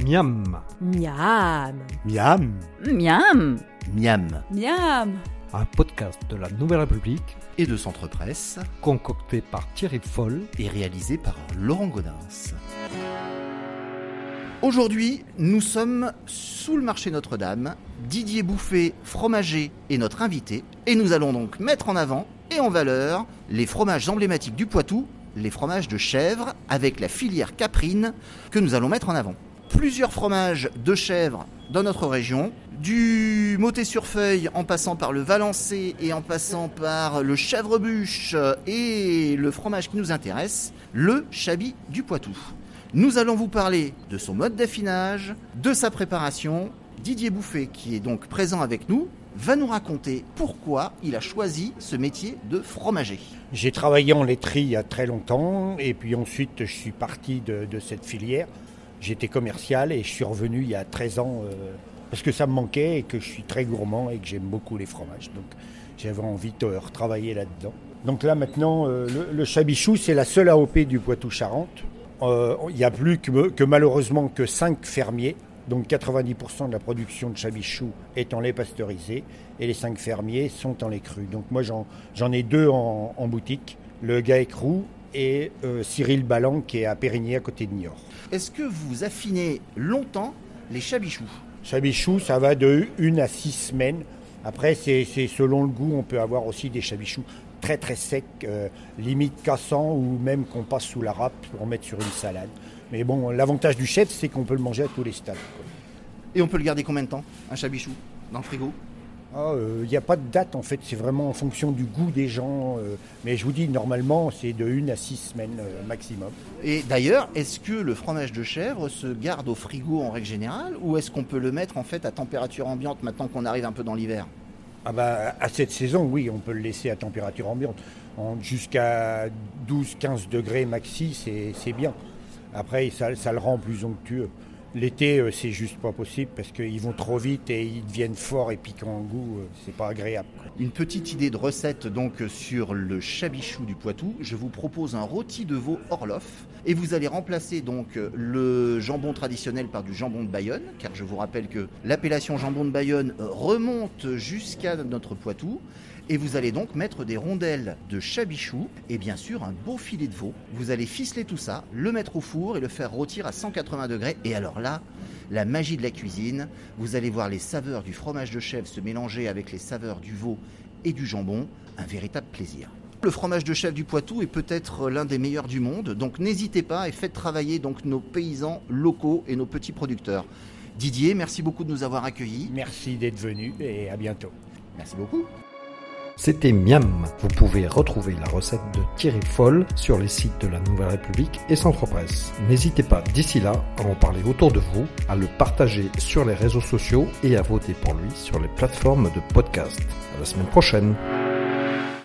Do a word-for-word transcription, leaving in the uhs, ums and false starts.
Miam. Miam. Miam. Miam. Miam. Miam. Un podcast de la Nouvelle République Et de Centre Presse, concocté par Thierry Foll et réalisé par Laurent Gaudens. Aujourd'hui, nous sommes sous le marché Notre-Dame. Didier Bouffet, fromager, est notre invité. Et nous allons donc mettre en avant et en valeur les fromages emblématiques du Poitou, les fromages de chèvre, avec la filière caprine que nous allons mettre en avant. Plusieurs fromages de chèvre dans notre région, du Mottet-sur-Feuille en passant par le Valençay et en passant par le Chèvrebûche et le fromage qui nous intéresse, le Chablis du Poitou. Nous allons vous parler de son mode d'affinage, de sa préparation. Didier Bouffet, qui est donc présent avec nous, va nous raconter pourquoi il a choisi ce métier de fromager. J'ai travaillé en laiterie il y a très longtemps et puis ensuite je suis parti de, de cette filière. J'étais commercial et je suis revenu il y a treize ans euh, parce que ça me manquait et que je suis très gourmand et que j'aime beaucoup les fromages. Donc j'avais envie de retravailler là-dedans. Donc là maintenant, euh, le, le Chabichou, c'est la seule A O P du Poitou-Charentes. Euh, il n'y a plus que, que malheureusement que cinq fermiers. Donc quatre-vingt-dix pour cent de la production de Chabichou est en lait pasteurisé et les cinq fermiers sont en lait cru. Donc moi j'en, j'en ai deux en, en boutique, le Gaëc Roux et euh, Cyril Ballan qui est à Périgny à côté de Niort. Est-ce que vous affinez longtemps les Chabichous ? Chabichou, ça va de une à six semaines. Après c'est, c'est selon le goût, on peut avoir aussi des Chabichous très très secs, euh, limite cassants ou même qu'on passe sous la râpe pour mettre sur une salade. Mais bon, l'avantage du chef, c'est qu'on peut le manger à tous les stades. Quoi. Et on peut le garder combien de temps, un Chabichou, dans le frigo ? Il ah, n'y euh, a pas de date, en fait. C'est vraiment en fonction du goût des gens. Euh, mais je vous dis, normalement, c'est de une à six semaines euh, maximum. Et d'ailleurs, est-ce que le fromage de chèvre se garde au frigo en règle générale ou est-ce qu'on peut le mettre en fait à température ambiante maintenant qu'on arrive un peu dans l'hiver ? Ah bah, à cette saison, oui, on peut le laisser à température ambiante. En, jusqu'à douze à quinze degrés maxi, c'est, c'est bien. Après, ça, ça le rend plus onctueux. L'été, euh, c'est juste pas possible parce qu'ils vont trop vite et ils deviennent forts et piquants en goût. Euh, c'est pas agréable. Une petite idée de recette donc sur le Chabichou du Poitou. Je vous propose un rôti de veau Orloff et vous allez remplacer donc le jambon traditionnel par du jambon de Bayonne, car je vous rappelle que l'appellation jambon de Bayonne remonte jusqu'à notre Poitou. Et vous allez donc mettre des rondelles de Chabichou et bien sûr un beau filet de veau. Vous allez ficeler tout ça, le mettre au four et le faire rôtir à cent quatre-vingts degrés. Et alors là, la magie de la cuisine, vous allez voir les saveurs du fromage de chèvre se mélanger avec les saveurs du veau et du jambon. Un véritable plaisir. Le fromage de chèvre du Poitou est peut-être l'un des meilleurs du monde. Donc n'hésitez pas et faites travailler donc nos paysans locaux et nos petits producteurs. Didier, merci beaucoup de nous avoir accueillis. Merci d'être venu et à bientôt. Merci beaucoup. C'était Miam. Vous pouvez retrouver la recette de Thierry Foll sur les sites de la Nouvelle République et Centre Presse. N'hésitez pas d'ici là à en parler autour de vous, à le partager sur les réseaux sociaux et à voter pour lui sur les plateformes de podcast. À la semaine prochaine.